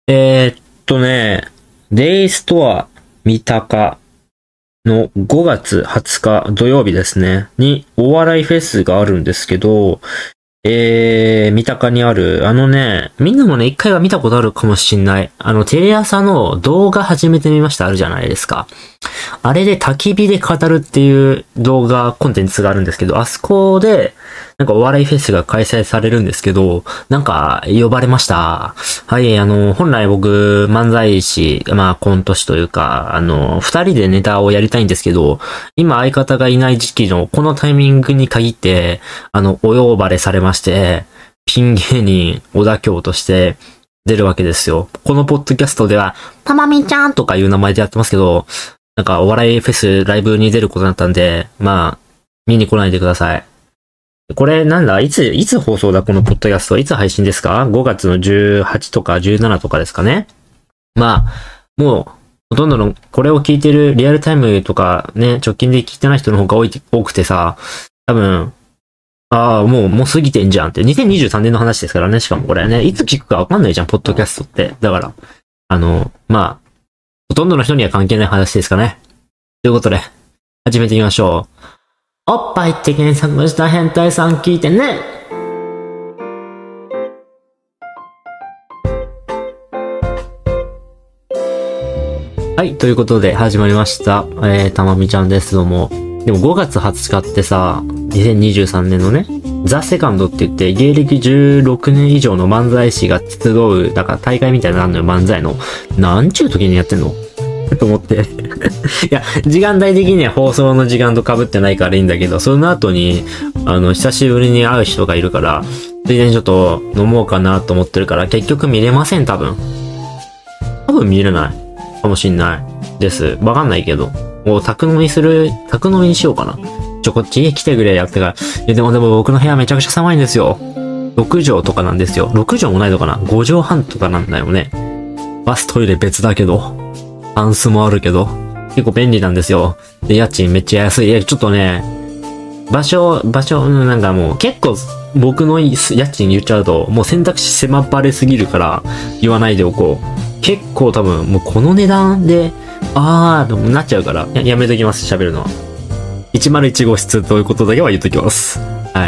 デイストア三鷹の5月20日土曜日ですね、にお笑いフェスがあるんですけど、三鷹にある、みんなもね、一回は見たことあるかもしんない。テレ朝の動画始めてみましたあるじゃないですか。あれで焚き火で語るっていう動画コンテンツがあるんですけど、あそこで、なんかお笑いフェスが開催されるんですけど、なんか呼ばれました。はい、本来僕、漫才師、コント師というか、二人でネタをやりたいんですけど、今相方がいない時期のこのタイミングに限って、お呼ばれされまして、ピン芸人、小田京として出るわけですよ。このポッドキャストでは、たまみちゃんとかいう名前でやってますけど、なんかお笑いフェスライブに出ることになったんで、見に来ないでください。これいつ放送だこのポッドキャスト。いつ配信ですか？ 5 月の18とか17とかですかね。もう、ほとんどの、これを聞いてるリアルタイムとかね、直近で聞いてない人の方が多くてさ、多分、もう過ぎてんじゃんって。2023年の話ですからね、しかもこれね、いつ聞くかわかんないじゃん、ポッドキャストって。だから、ほとんどの人には関係ない話ですかね。ということで、始めてみましょう。おっぱいって検索した変態さん聞いてね。はい、ということで始まりました。たまみちゃんです。どうも。でも5月20日ってさ、2023年のね、ザ・セカンドって言って、芸歴16年以上の漫才師が集う、だから大会みたいなのあんのよ、漫才の。なんちゅう時にやってんのと思って。いや、時間帯的には放送の時間と被ってないからいいんだけど、その後に、久しぶりに会う人がいるから、ついでにちょっと飲もうかなと思ってるから、結局見れません、多分見れない。かもしんない。です。わかんないけど。もう宅飲みにしようかな。こっち来てくれやってから。いや、でも僕の部屋めちゃくちゃ寒いんですよ。6畳とかなんですよ。6畳もないのかな ?5 畳半とかなんだよね。バストイレ別だけど。タンスもあるけど。結構便利なんですよ。で、家賃めっちゃ安い。ちょっとね、場所、なんかもう結構僕の家賃言っちゃうと、もう選択肢狭っばれすぎるから言わないでおこう。結構多分もうこの値段で、となっちゃうから、やめときます、喋るのは。101号室ということだけは言っときます。はい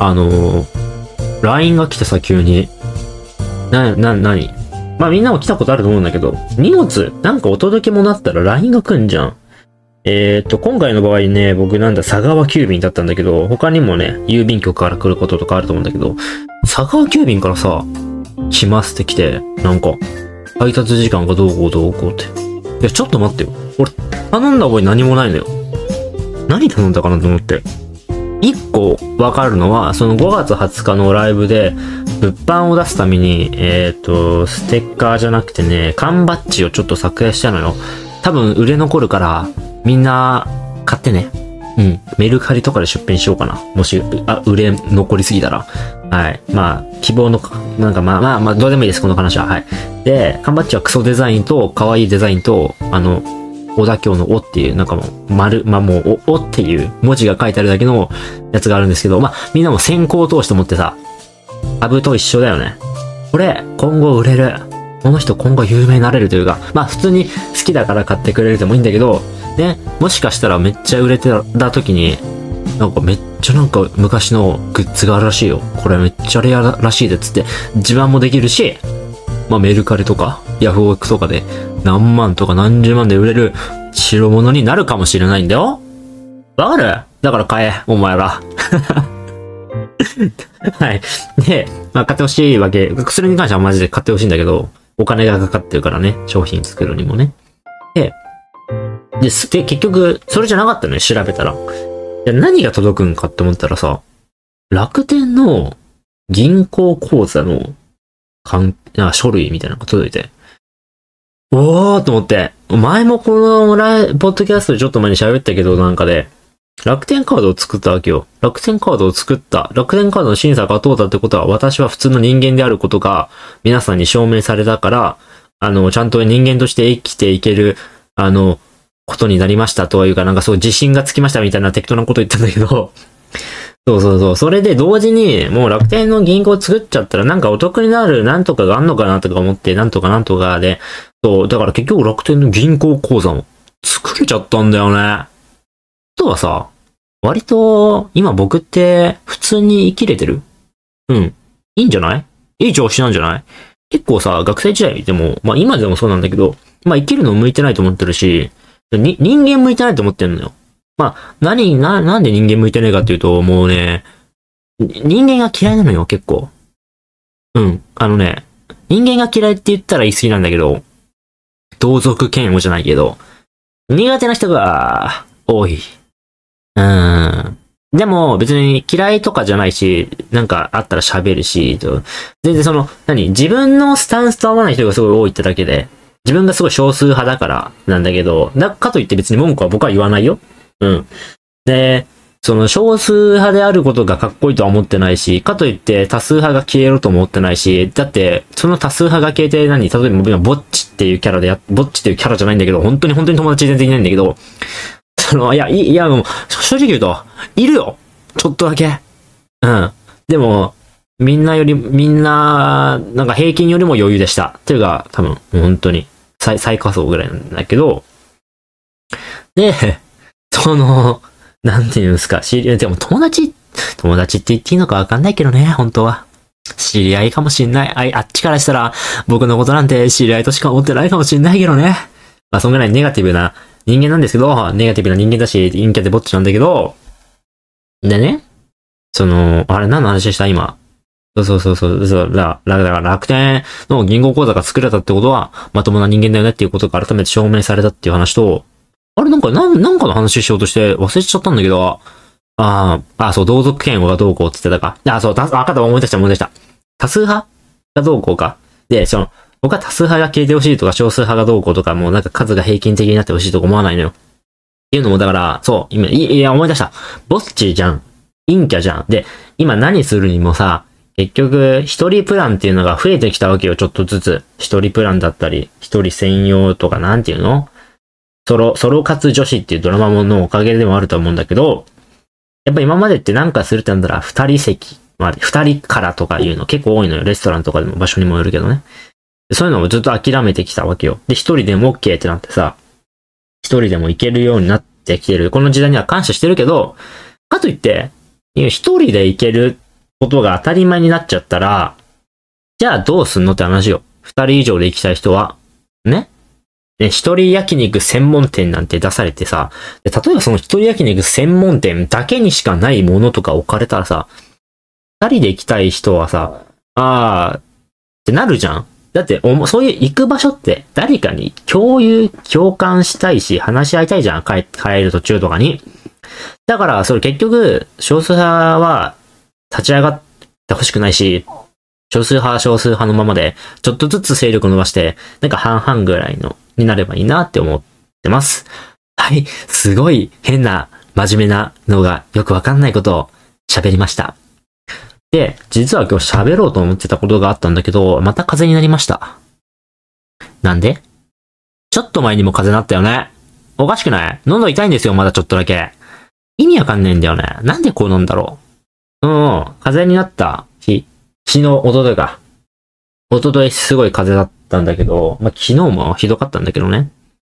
。LINE が来てさ、急に。何みんなも来たことあると思うんだけど、荷物、なんかお届け物あったら LINE が来んじゃん。今回の場合ね、僕佐川急便だったんだけど、他にもね、郵便局から来ることとかあると思うんだけど、佐川急便からさ、来ますって来て、なんか、配達時間がどうこうって。いや、ちょっと待ってよ。俺、頼んだ覚え何もないのよ。何頼んだかなと思って。一個わかるのは、その5月20日のライブで、物販を出すために、ステッカーじゃなくてね、缶バッジをちょっと作成したのよ。多分売れ残るから、みんな、買ってね。うん。メルカリとかで出品しようかな。もし、売れ残りすぎたら。はい。希望の、どうでもいいです、この話は。はい。で、缶バッジはクソデザインと、可愛いデザインと、小田京のおっていう、もう、おっていう文字が書いてあるだけのやつがあるんですけど、みんなも先行投資と思ってさ、株と一緒だよね。これ、今後売れる。この人今後有名になれるというか、普通に好きだから買ってくれるでもいいんだけど、ね、もしかしたらめっちゃ売れてた時に、めっちゃ昔のグッズがあるらしいよ。これめっちゃレアらしいでっつって、自慢もできるし、メルカリとか、ヤフオクとかで何万とか何十万で売れる代物になるかもしれないんだよ。わかる？だから買え、お前ら。はい。で、買ってほしいわけ。それに関してはマジで買ってほしいんだけど、お金がかかってるからね、商品作るにもね。で、結局、それじゃなかったのよ、調べたら。何が届くんかって思ったらさ、楽天の銀行口座の書類みたいなのが届いて、おーと思って、前もこのポッドキャストでちょっと前に喋ったけど、楽天カードを作ったわけよ。楽天カードの審査が通ったってことは、私は普通の人間であることが、皆さんに証明されたから、ちゃんと人間として生きていける、ことになりましたというか、そう自信がつきましたみたいな適当なこと言ったんだけど、 そうそうそう。それで同時に、もう楽天の銀行作っちゃったらなんかお得になるなんとかがあんのかなとか思って、なんとかなんとかで、そう、だから結局楽天の銀行口座も作れちゃったんだよね。あとはさ、割と、今僕って普通に生きれてる？うん。いいんじゃない？いい調子なんじゃない？結構さ、学生時代でも、まあ今でもそうなんだけど、まあ生きるの向いてないと思ってるし、人間向いてないと思ってるのよ。まあ、なんで人間向いてないかっていうと、もうね、人間が嫌いなのよ、結構。うん。人間が嫌いって言ったら言い過ぎなんだけど、同族嫌悪じゃないけど、苦手な人が多い。でも別に嫌いとかじゃないし、なんかあったら喋るし、全然自分のスタンスと合わない人がすごい多いってだけで、自分がすごい少数派だからなんだけど、かといって別に文句は僕は言わないよ。うん。で、その少数派であることがかっこいいとは思ってないし、かといって多数派が消えるとも思ってないし、だって、その多数派が消えて例えば今、ぼっちっていうキャラでぼっちっていうキャラじゃないんだけど、本当に友達全然いないんだけど、もう、正直言うと、いるよ。ちょっとだけ。うん。でも、みんな、なんか平均よりも余裕でした。っていうか、多分、もう本当に、最下層ぐらいなんだけど、で、なんていうんですか、でも友達って言っていいのかわかんないけどね、本当は。知り合いかもしんない。あっちからしたら、僕のことなんて知り合いとしか思ってないかもしんないけどね。まあ、そんぐらいネガティブな人間なんですけど、ネガティブな人間だし、陰キャでぼっちなんだけど、でね、あれ何の話した今。そう。だから楽天の銀行口座が作れたってことは、まともな人間だよねっていうことが改めて証明されたっていう話と、あれなんかの話しようとして忘れちゃったんだけど、そう、同族嫌悪がどうこうって言ってたか。そう、思い出した。多数派がどうこうか。で、僕は多数派が消えてほしいとか、少数派がどうこうとか、もうなんか数が平均的になってほしいとか思わないのよ。っていうのも、だから、そう、今、思い出した。ぼっちじゃん。陰キャじゃん。で、今何するにもさ、結局、一人プランっていうのが増えてきたわけよ、ちょっとずつ。一人プランだったり、一人専用とか、なんていうの？ソロ活女子っていうドラマものおかげでもあると思うんだけど、やっぱ今までってなんかするってなんだら、二人席まで、二人からとかいうの結構多いのよ。レストランとかでも場所にもよるけどね。そういうのをずっと諦めてきたわけよ。で、一人でも OK ってなってさ、一人でも行けるようになってきてる。この時代には感謝してるけど、かといって、一人で行けることが当たり前になっちゃったら、じゃあどうすんのって話よ。二人以上で行きたい人は。ね。で、一人焼肉専門店なんて出されてさ、で例えばその一人焼肉専門店だけにしかないものとか置かれたらさ、二人で行きたい人はさ、ってなるじゃん。だって、そういう行く場所って誰かに共感したいし、話し合いたいじゃん。帰る途中とかに。だから、それ結局、少数派は立ち上がってほしくないし、少数派のままで、ちょっとずつ勢力を伸ばして、なんか半々ぐらいになればいいなって思ってます。はい。すごい変な、真面目なのがよくわかんないことを喋りました。で、実は今日喋ろうと思ってたことがあったんだけど、また風邪になりました。なんで？ちょっと前にも風邪なったよね。おかしくない？喉痛いんですよ、まだちょっとだけ。意味わかんないんだよね。なんでこうなんだろう。風邪になった日の一昨日か。一昨日すごい風邪だったんだけど、まあ、昨日もひどかったんだけどね。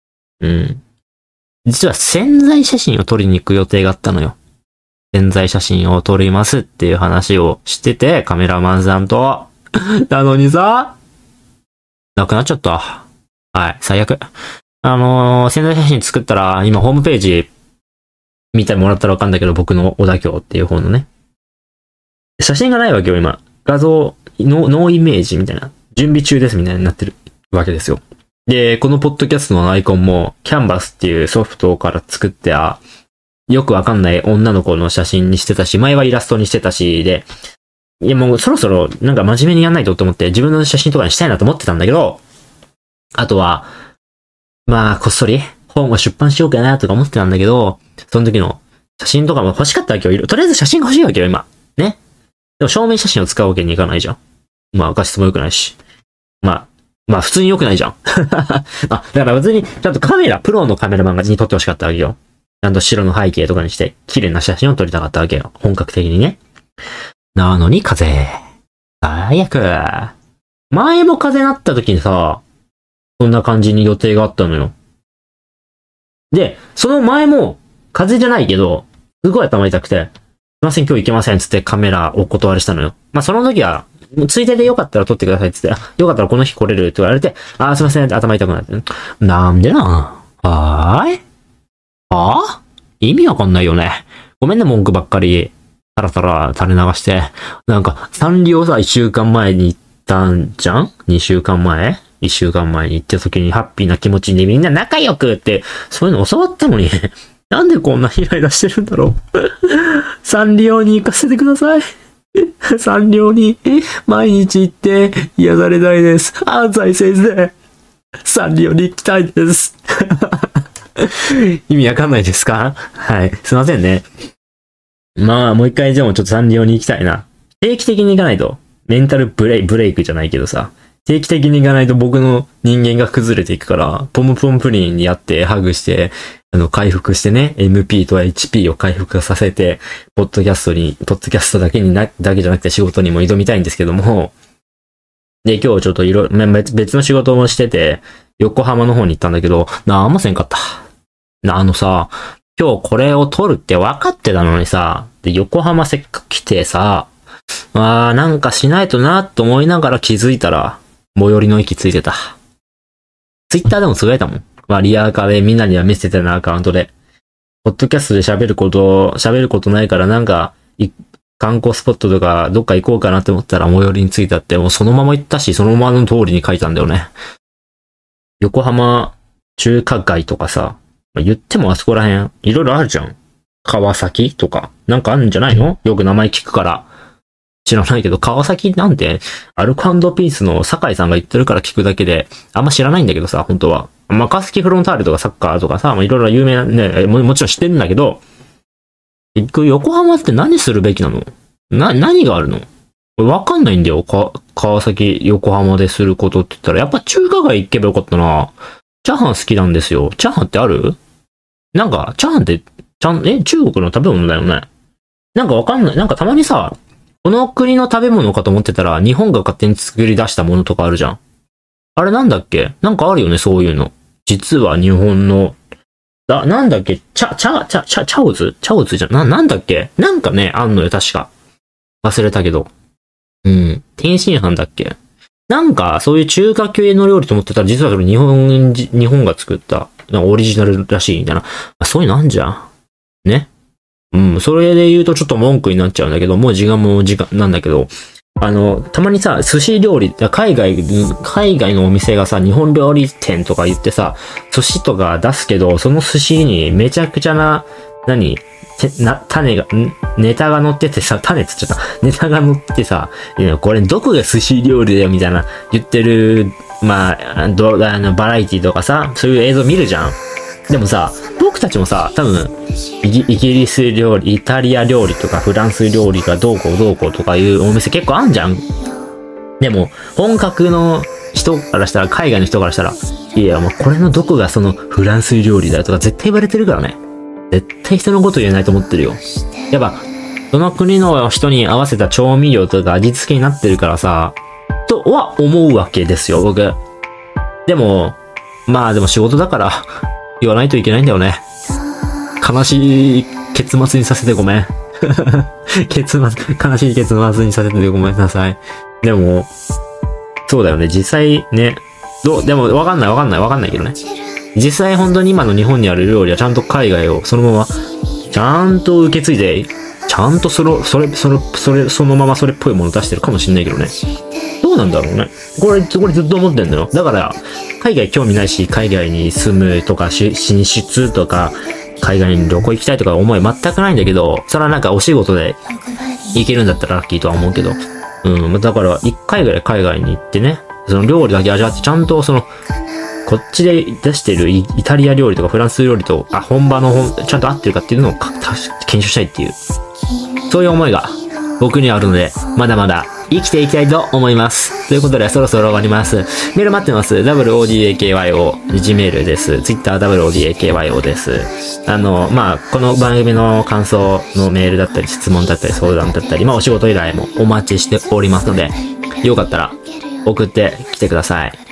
実は潜在写真を撮りに行く予定があったのよ。潜在写真を撮りますっていう話をしてて、カメラマンさんと。なのにさ、なくなっちゃった。はい、最悪。潜在写真作ったら、今ホームページ見てもらったらわかんだけど、僕の小田京っていう方のね。写真がないわけよ、今。画像、ノーイメージみたいな。準備中ですみたいになってるわけですよ。で、このポッドキャストのアイコンも、キャンバスっていうソフトから作ってよくわかんない女の子の写真にしてたし、前はイラストにしてたし、で、いやもうそろそろなんか真面目にやんないとって思って自分の写真とかにしたいなと思ってたんだけど、あとは、まあ、こっそり本を出版しようかなとか思ってたんだけど、その時の写真とかも欲しかったわけよ。とりあえず写真が欲しいわけよ、今。ね。でも証明写真を使うわけにいかないじゃん。まあ、画質も良くないし。まあ、普通に良くないじゃん。だから別に、ちゃんとプロのカメラマンに撮って欲しかったわけよ。 ゃんと白の背景とかにして、綺麗な写真を撮りたかったわけよ。本格的にね。なのに風邪。最悪。前も風邪なった時にさ、そんな感じに予定があったのよ。で、その前も、風邪じゃないけど、すごい頭痛くて、すいません、今日行けません、つってカメラお断りしたのよ。まあ、その時は、ついででよかったら撮ってください、つって、よかったらこの日来れるって言われて、すいません、頭痛くなって。なんでな意味わかんないよね。ごめんね、文句ばっかり、たらたら垂れ流して。なんか、サンリオさ、1週間前に行ったんじゃん ?2 週間前 ?1 週間前に行った時にハッピーな気持ちでみんな仲良くって、そういうの教わったのに、なんでこんなイライラしてるんだろう。サンリオに行かせてください。サンリオに毎日行って癒されたいです。安西先生。サンリオに行きたいです。意味わかんないですか？はい。すいませんね。まあ、もう一回でもちょっとサンリオに行きたいな。定期的に行かないと。メンタルブレイクじゃないけどさ。定期的に行かないと僕の人間が崩れていくから、ポムポムプリンにやってハグして、回復してね、MP と HP を回復させて、ポッドキャストだけじゃなくて仕事にも挑みたいんですけども、で、今日ちょっと別の仕事もしてて、横浜の方に行ったんだけど、なんもせんかった。今日これを撮るって分かってたのにさ、で、横浜せっかく来てさ、なんかしないとなと思いながら気づいたら、最寄りの駅ついてた。ツイッターでもつぶやいたもん。リアカでみんなには見せてたな、アカウントで。ポッドキャストで喋ることないからなんか、観光スポットとかどっか行こうかなって思ったら最寄りに着いたって、もうそのまま行ったし、そのままの通りに書いたんだよね。横浜中華街とかさ、言ってもあそこら辺、いろいろあるじゃん。川崎とか、なんかあるんじゃないの？よく名前聞くから。知らないけど、川崎なんて、アルコ&ピースの酒井さんが言ってるから聞くだけで、あんま知らないんだけどさ、本当は。川崎フロンターレとかサッカーとかさ、いろいろ有名なね、もちろん知ってるんだけど、横浜って何するべきなの？何があるの？わかんないんだよ。川崎、横浜ですることって言ったら、やっぱ中華街行けばよかったな。チャーハン好きなんですよ。チャーハンってある？なんか、チャーハンって、中国の食べ物だよね。なんかわかんない。なんかたまにさ、この国の食べ物かと思ってたら、日本が勝手に作り出したものとかあるじゃん。あれなんだっけ？なんかあるよね、そういうの。実は日本の、なんだっけ？チャオズじゃん。なんだっけ？なんかね、あんのよ、確か。忘れたけど。天津飯だっけ？なんか、そういう中華系の料理と思ってたら、実はそれ日本が作った、オリジナルらしいみたいな。そういうのあんじゃん。ね。それで言うとちょっと文句になっちゃうんだけど、もう時間なんだけど、たまにさ、寿司料理、海外のお店がさ、日本料理店とか言ってさ、寿司とか出すけど、その寿司にめちゃくちゃな、ネタが乗っててさ、ネタが乗ってさ、これどこが寿司料理だよみたいな言ってる、バラエティとかさ、そういう映像見るじゃん。でもさ、僕たちもさ、多分、イギリス料理、イタリア料理とかフランス料理がどうこうとかいうお店結構あんじゃん。でも、本格の人からしたら、海外の人からしたら、いや、もうこれのどこがそのフランス料理だよとか絶対言われてるからね。絶対人のこと言えないと思ってるよ。やっぱ、その国の人に合わせた調味料とか味付けになってるからさ、とは思うわけですよ、僕。でも仕事だから、言わないといけないんだよね。悲しい結末にさせてごめん。悲しい結末にさせてごめんなさい。でも、そうだよね、実際ね、でもわかんないけどね。実際本当に今の日本にある料理はちゃんと海外をそのまま、ちゃんと受け継いで、ちゃんとそのままそれっぽいもの出してるかもしんないけどね。どうなんだろうね。これずっと思ってんだよ。だから、海外興味ないし、海外に住むとか、進出とか、海外に旅行行きたいとか思い全くないんだけど、それはなんかお仕事で行けるんだったらラッキーとは思うけど。だから、一回ぐらい海外に行ってね、その料理だけ味わって、ちゃんとこっちで出してるイタリア料理とかフランス料理と、本場のちゃんと合ってるかっていうのを検証したいっていう、そういう思いが僕にはあるので、まだまだ生きていきたいと思います。ということで、そろそろ終わります。メール待ってます。WODAKYO、Gmail です。Twitter WODAKYO です。まあ、この番組の感想のメールだったり、質問だったり、相談だったり、まあ、お仕事依頼もお待ちしておりますので、よかったら送ってきてください。